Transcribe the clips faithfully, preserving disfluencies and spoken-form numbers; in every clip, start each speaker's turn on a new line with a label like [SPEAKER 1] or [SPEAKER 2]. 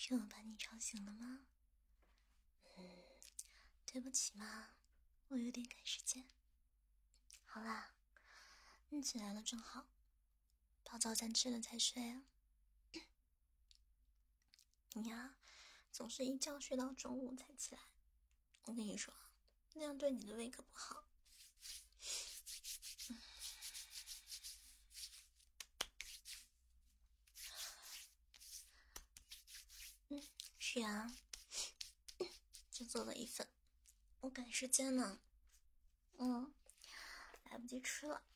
[SPEAKER 1] 是我把你吵醒了吗？嗯，对不起嘛，我有点赶时间。好啦，你起来了正好，把早餐吃了才睡啊。你呀，总是一觉睡到中午才起来，我跟你说，那样对你的胃可不好。嗯，是啊，就做了一份，我赶时间呢，嗯，来不及吃了。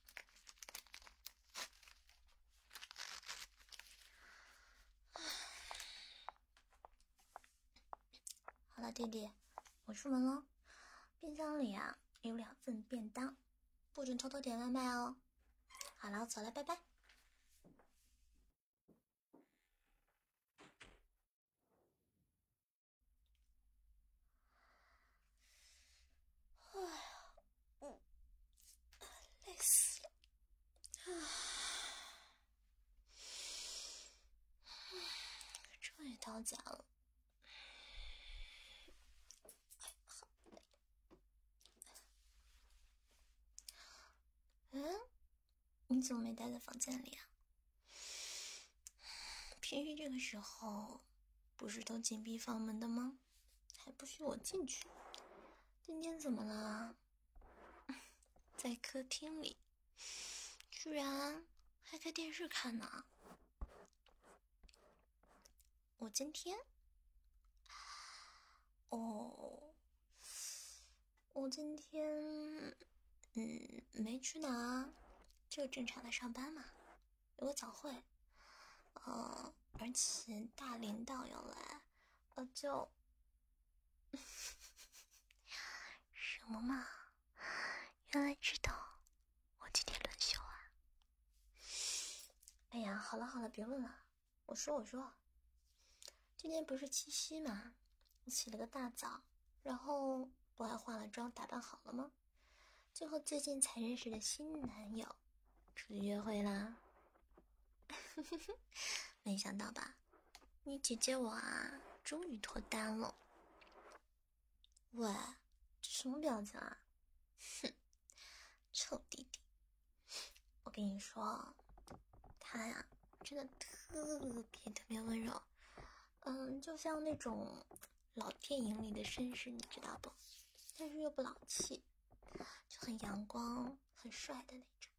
[SPEAKER 1] 好了，弟弟，我出门了，冰箱里啊有两份便当，不准偷偷点外卖哦。好了，我走了，拜拜。哎呀，嗯，累死了。终于到家了。嗯，你怎么没待在房间里啊？平时这个时候不是都紧闭房门的吗？还不许我进去。今天怎么了？在客厅里，居然还开电视看呢。我今天，哦，我今天，嗯，没去哪，就正常的上班嘛，有个早会，呃，而且大领导要来，呃，就什么嘛，原来知道我今天轮休啊。哎呀，好了好了，别问了，我说我说，今天不是七夕嘛，我起了个大早，然后不还化了妆打扮好了吗？就和最近才认识的新男友出去约会啦。没想到吧，你姐姐我啊终于脱单了。喂，这什么表情啊？哼，臭弟弟，我跟你说，他呀真的特别特别温柔，嗯，就像那种老电影里的绅士，你知道不？但是又不老气，就很阳光很帅的那种。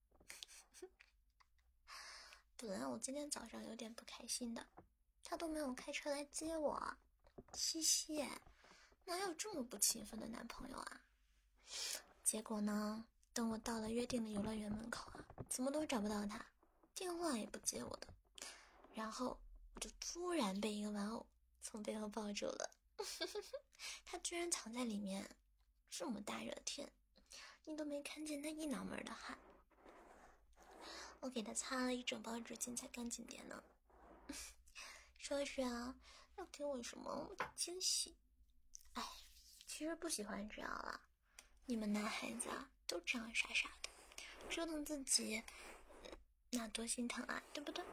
[SPEAKER 1] 本来我今天早上有点不开心的，他都没有开车来接我。七夕，哪有这么不勤奋的男朋友啊？结果呢，等我到了约定的游乐园门口啊，怎么都找不到他，电话也不接我的。然后我就突然被一个玩偶从背后抱住了，他居然藏在里面。这么大热天，你都没看见他一脑门的汗。我给他擦了一整包纸巾才干净点呢。说是啊，要给我什么惊喜？哎，其实不喜欢这样了。你们男孩子啊，都这样傻傻的，折腾自己，那多心疼啊，对不对？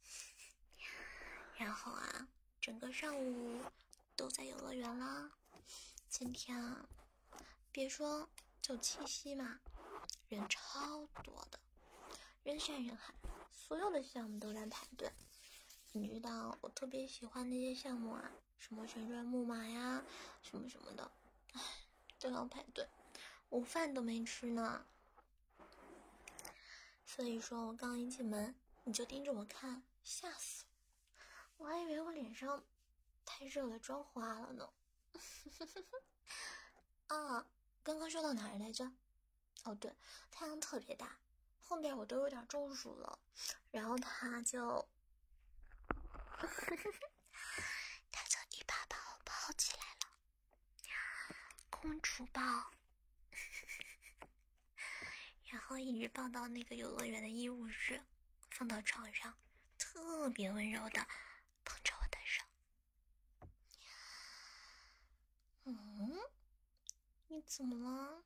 [SPEAKER 1] 然后啊，整个上午都在游乐园啦。今天啊，别说就七夕嘛，人超多的，人山人海，所有的项目都在排队。你知道我特别喜欢那些项目啊，什么旋转木马呀，什么什么的，唉，都要排队，午饭都没吃呢。所以说我刚一进门，你就盯着我看，吓死我，我还以为我脸上太热了，妆花了呢。啊，刚刚说到哪儿来着？哦对，太阳特别大，后面我都有点中暑了，然后他就他就一把把我抱起来了，公主抱，然后一直抱到那个游乐园的医务室，放到床上，特别温柔的捧着我的手。嗯，你怎么了？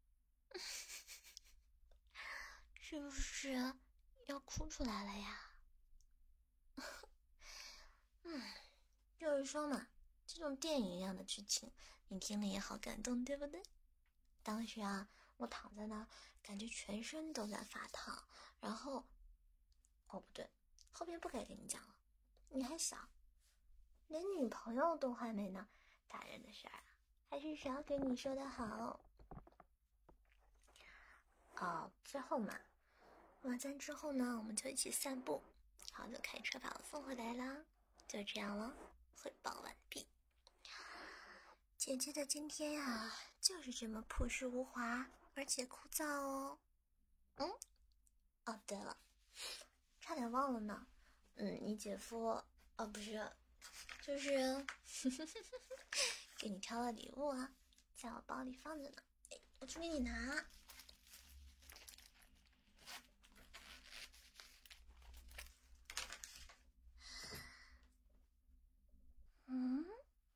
[SPEAKER 1] 是不是要哭出来了呀？嗯，就以说嘛，这种电影一样的剧情，你听了也好感动，对不对？当时啊，我躺在那，感觉全身都在发烫，然后，哦不对，后边不该跟你讲了，你还小，连女朋友都还没呢，大人的事儿啊，还是少给你说的好。哦，最后嘛，晚餐之后呢，我们就一起散步，然后就开车把我送回来啦。就这样了，汇报完毕。姐姐的今天呀、啊，就是这么朴实无华，而且枯燥哦。嗯，哦对了，差点忘了呢。嗯，你姐夫，哦不是，就是给你挑了礼物啊，在我包里放着呢。哎，我去给你拿。嗯，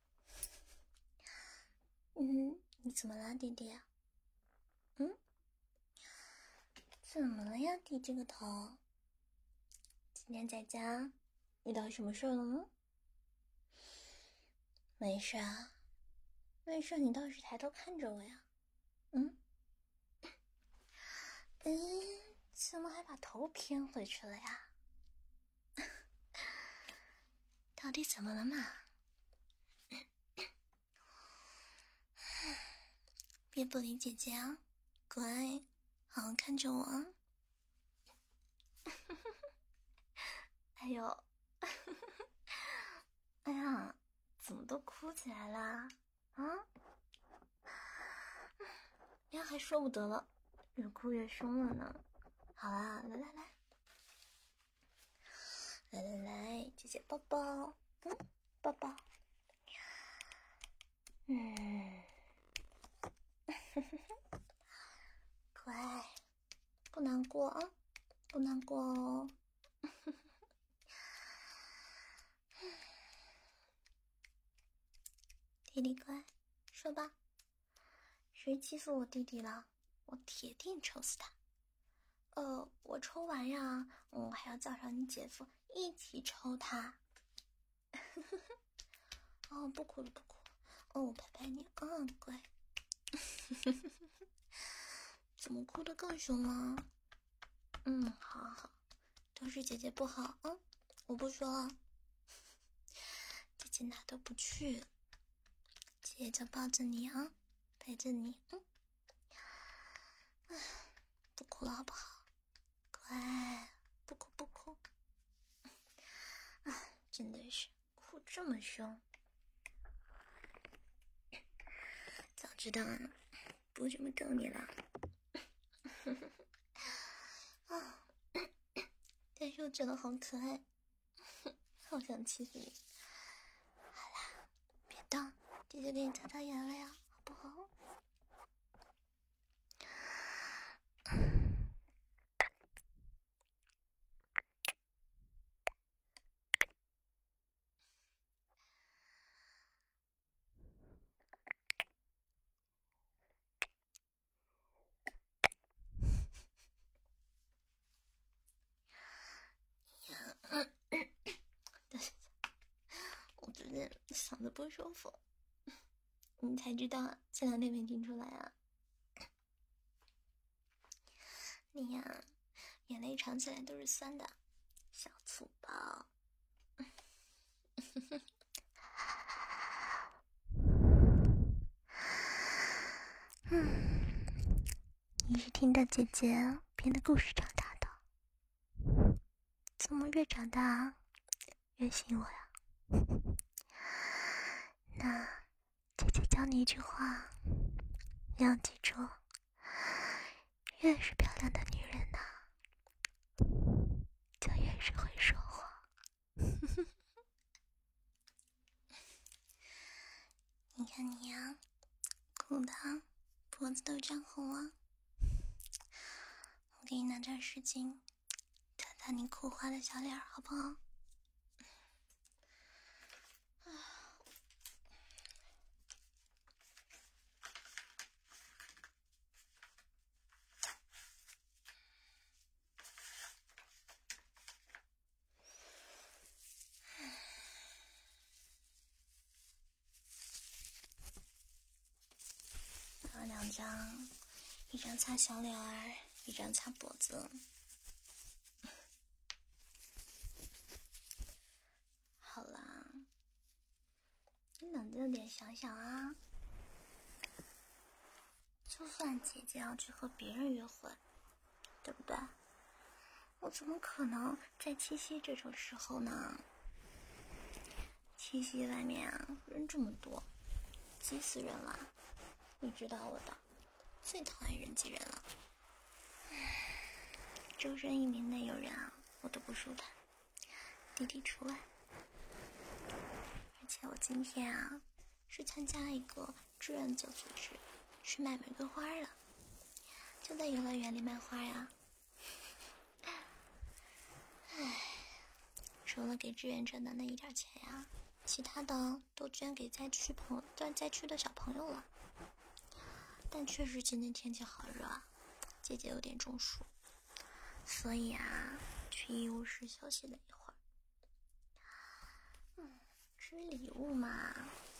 [SPEAKER 1] 嗯，你怎么了，弟弟？嗯，怎么了呀，低这个头？今天在家遇到什么事了吗？没事啊，没事，你倒是抬头看着我呀。嗯，哎，怎么还把头偏回去了呀？到底怎么了嘛？别不理姐姐啊，乖，好好看着我啊。哎呦，哎呀，怎么都哭起来啦？啊？呀，还说不得了，越哭越凶了呢。好啦，来来来，来来来，姐姐抱抱，嗯，抱抱，嗯，乖，不难过啊，不难过哦。弟弟乖，说吧，谁欺负我弟弟了？我铁定抽死他。呃，我抽完呀，我还要叫上你姐夫一起抽他。哦，不哭了，不哭了。哦，我拍拍你，嗯，乖。怎么哭得更凶了？嗯，好好，都是姐姐不好，嗯，我不说了。姐姐哪都不去，姐姐就抱着你啊，陪着你，嗯。唉，不哭了好不好？乖，不哭不哭。唉，真的是哭这么凶，早知道不这么逗你了。啊，但是我觉得好可爱，好想欺负你。好啦，别动，姐姐给你擦擦眼泪啊，好不好？我最近嗓子不舒服，你才知道，前两天没听出来啊。你呀，眼泪尝起来都是酸的，小粗包。嗯，你是听到姐姐编的故事长大的，怎么越长大越信我呀？那姐姐教你一句话，你要记住，越是漂亮的女人呐、就越是会说谎。你看你呀，哭的脖子都涨红了。我给你拿点湿巾，擦擦你哭花的小脸，好不好？ 张张，一张擦小脸儿，一张擦脖子。好啦，你冷静点想想啊。就算姐姐要去和别人约会，对不对？我怎么可能在七夕这种时候呢？七夕外面啊，人这么多，急死人了。你知道我的，最讨厌人挤人了。周身一名内有人啊，我都不舒坦，弟弟除外。而且我今天啊，是参加一个志愿者组织，去卖玫瑰花了，就在游乐园里卖花呀。唉，除了给志愿者的那一点钱呀，其他的都捐给灾区朋友、灾区的小朋友了。但确实今天天气好热啊，姐姐有点中暑，所以啊，去医务室休息了一会儿。嗯，至于礼物嘛，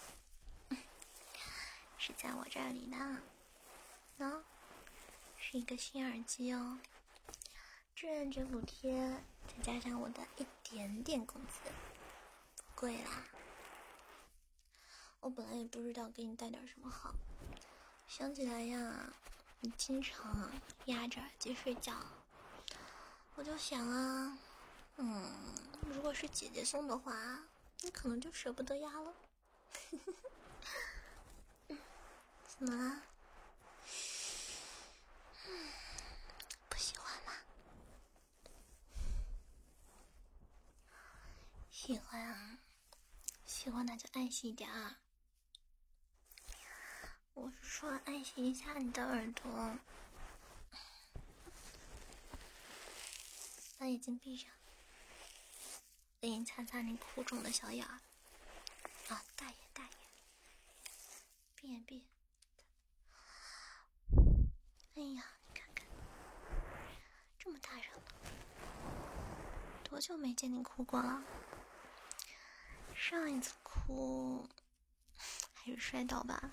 [SPEAKER 1] 是在我这里的，喏，是一个新耳机哦，志愿者补贴，再加上我的一点点工资，不贵啦。我本来也不知道给你带点什么好，想起来呀，你经常压着耳机睡觉，我就想啊，嗯，如果是姐姐送的话，你可能就舍不得压了。怎么啦？嗯，不喜欢吗？喜欢啊，喜欢那就爱惜一点啊。我是说爱惜一下你的耳朵。把眼睛闭上，给你擦擦你哭肿的小眼儿。啊，大眼大眼，闭眼闭眼。哎呀，你看看，这么大声的，多久没见你哭过了？上一次哭还是摔倒吧，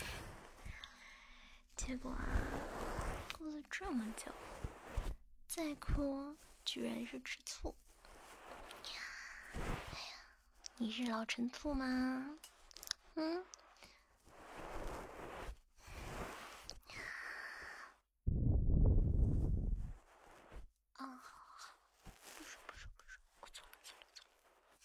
[SPEAKER 1] 结果啊，过了这么久，再哭居然是吃醋。哎呀，你是老陈醋吗？嗯。啊，好好，不说不说不说，我错了错了错了。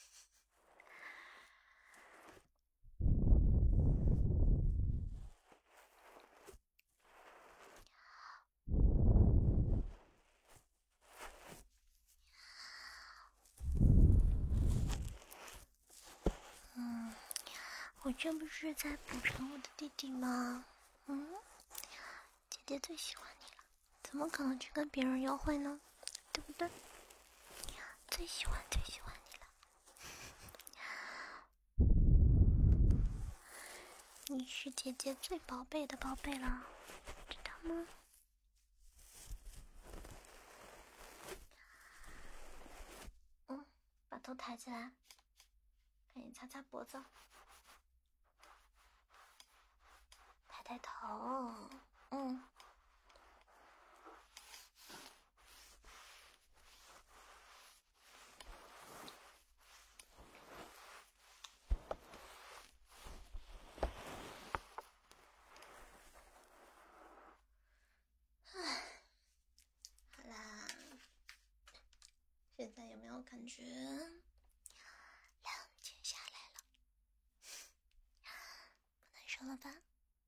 [SPEAKER 1] 嗯，我这不是在补偿我的弟弟吗？嗯，姐姐最喜欢你了，怎么可能去跟别人约会呢？对不对？最喜欢最喜欢你了，你是姐姐最宝贝的宝贝了，知道吗？嗯，把头抬起来，赶紧擦擦脖子，抬抬头，嗯。现在有没有感觉冷静下来了？不难受了吧？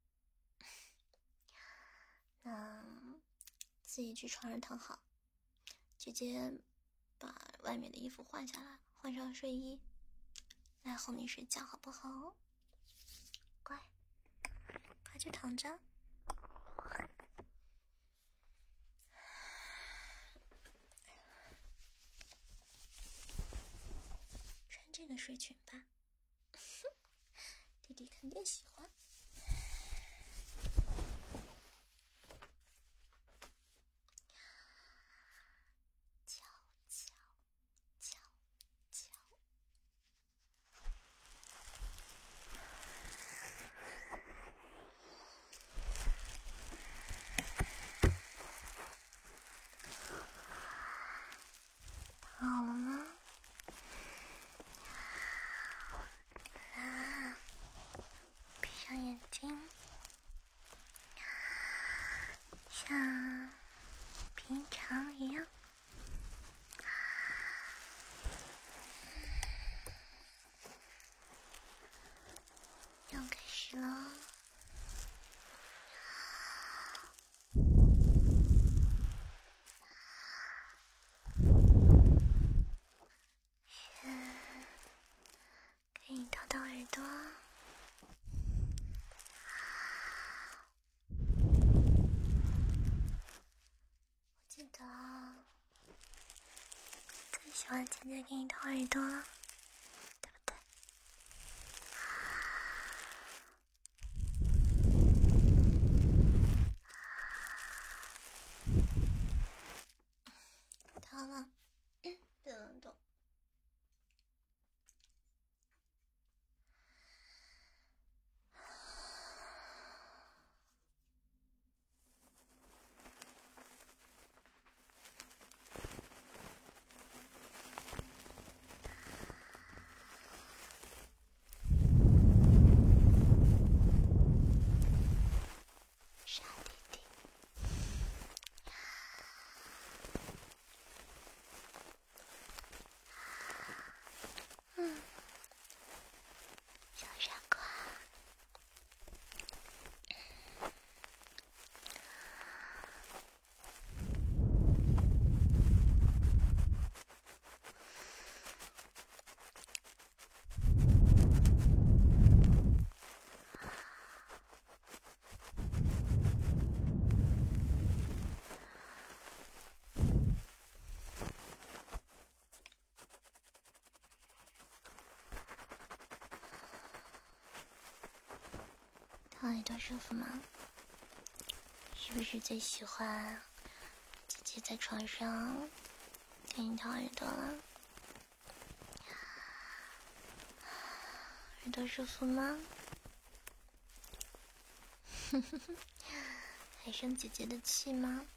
[SPEAKER 1] 那自己去床上躺好，姐姐把外面的衣服换下来，换上睡衣，来哄你睡觉好不好？乖，快去躺着。穿这个睡裙吧，弟弟肯定喜欢。悄悄悄悄， 起了。给你掏掏耳朵。我记得最喜欢姐姐给你掏耳朵了，对不对？掏了，别乱动。傻弟弟，嗯，小傻瓜。掏耳朵舒服吗？是不是最喜欢姐姐在床上给你掏耳朵了？耳朵舒服吗？哼哼哼，还生姐姐的气吗？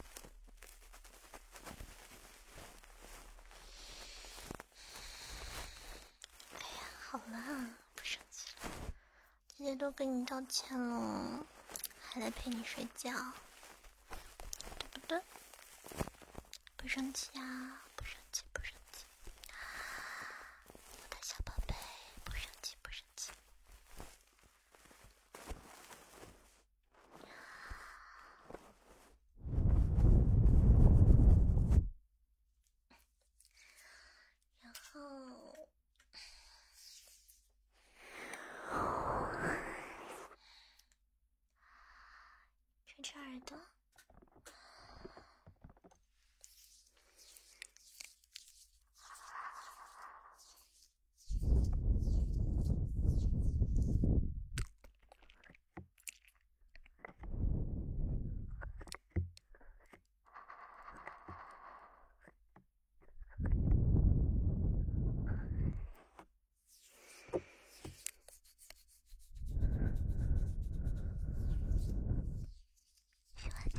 [SPEAKER 1] 哎呀，好了，不生气了。姐姐都跟你道歉了，还来陪你睡觉，对不对？不生气啊，不生气，不生气。我的小宝贝，不生气，不生气。然后吹吹耳朵。喜欢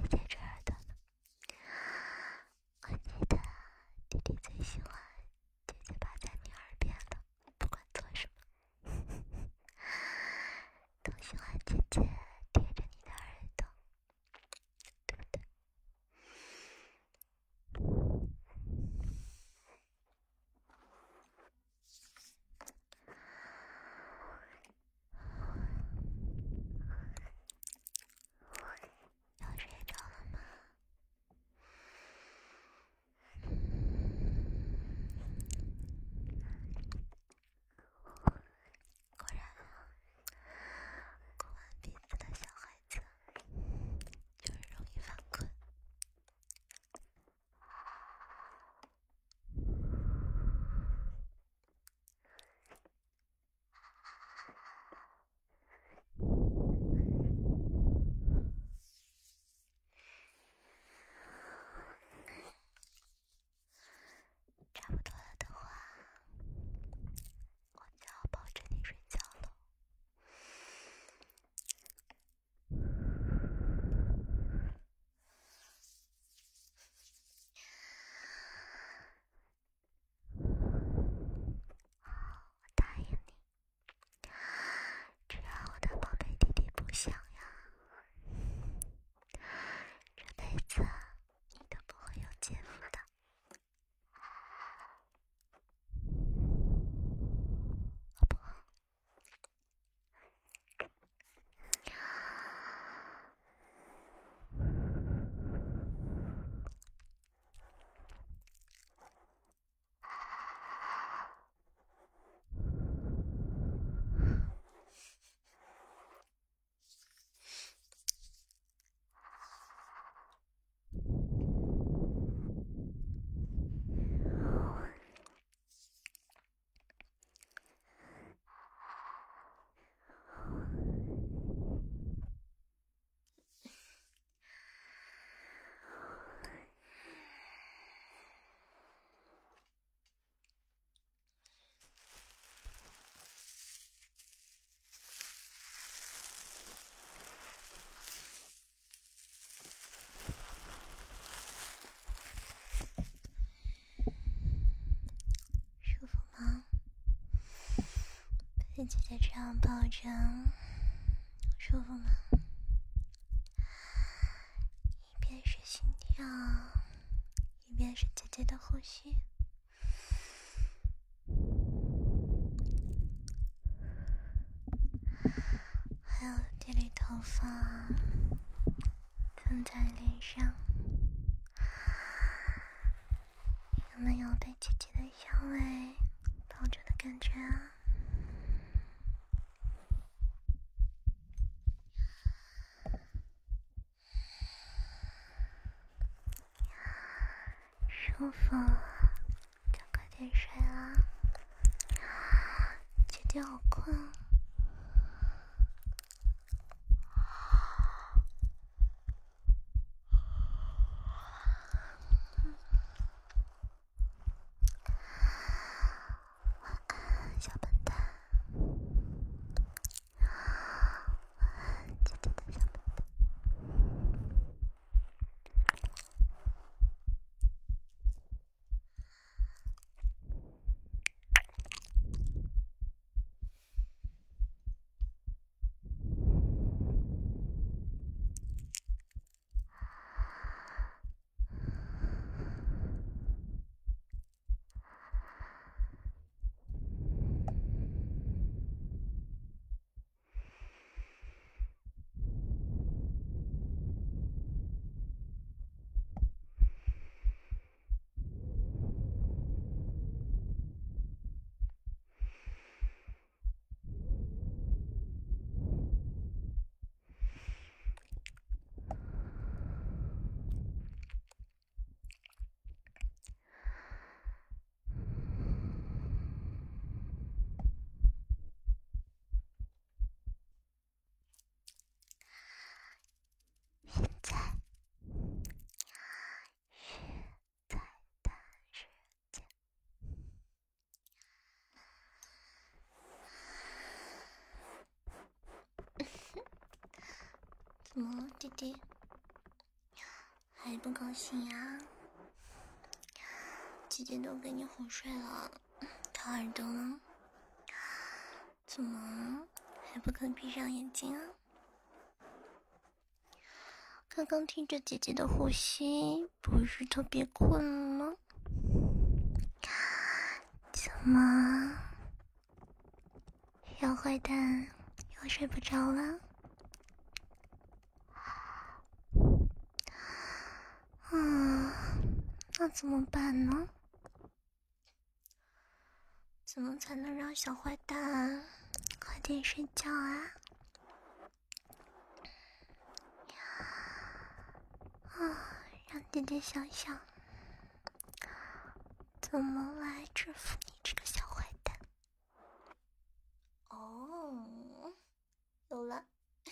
[SPEAKER 1] 被姐姐这样抱着，舒服吗？一边是心跳，一边是姐姐的呼吸。还有这里头发蹭在脸上，有没有被姐姐的香味抱着的感觉啊？舒服，就快点睡啦，姐姐好困。小笨蛋，姐姐的小笨蛋。现在是彩蛋时间。怎么了，弟弟？还不高兴呀？姐姐都给你哄睡了，掏耳朵了？怎么还不肯闭上眼睛啊？刚刚听着姐姐的呼吸，不是特别困吗？怎么，小坏蛋又睡不着了？嗯，那怎么办呢？怎么才能让小坏蛋快点睡觉啊？啊，让姐姐想想，怎么来制服你这个小坏蛋。哦，有了。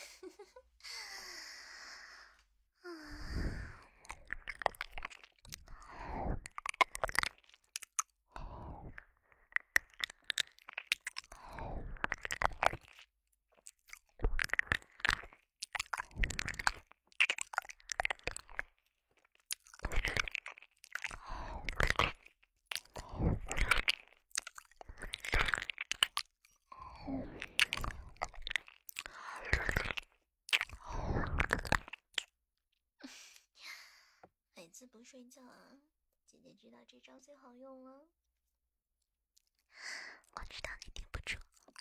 [SPEAKER 1] 每次不睡觉啊，姐姐知道这招最好用了。我知道你顶不住。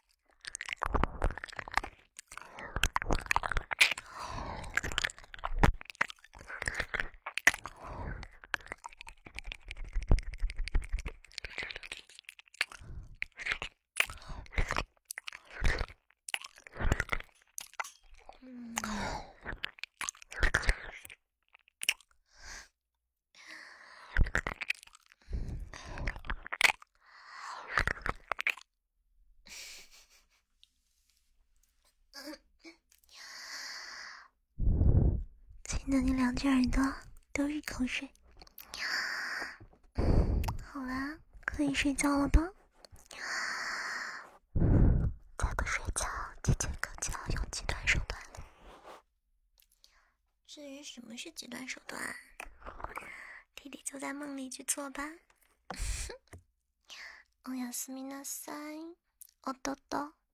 [SPEAKER 1] 嗯。亲的你两只耳朵都是口水。好啦，可以睡觉了吧？再不睡觉，姐姐可就要用极端手段了。至于什么是极端手段，弟弟就在梦里去做吧。おやすみなさい、おとと。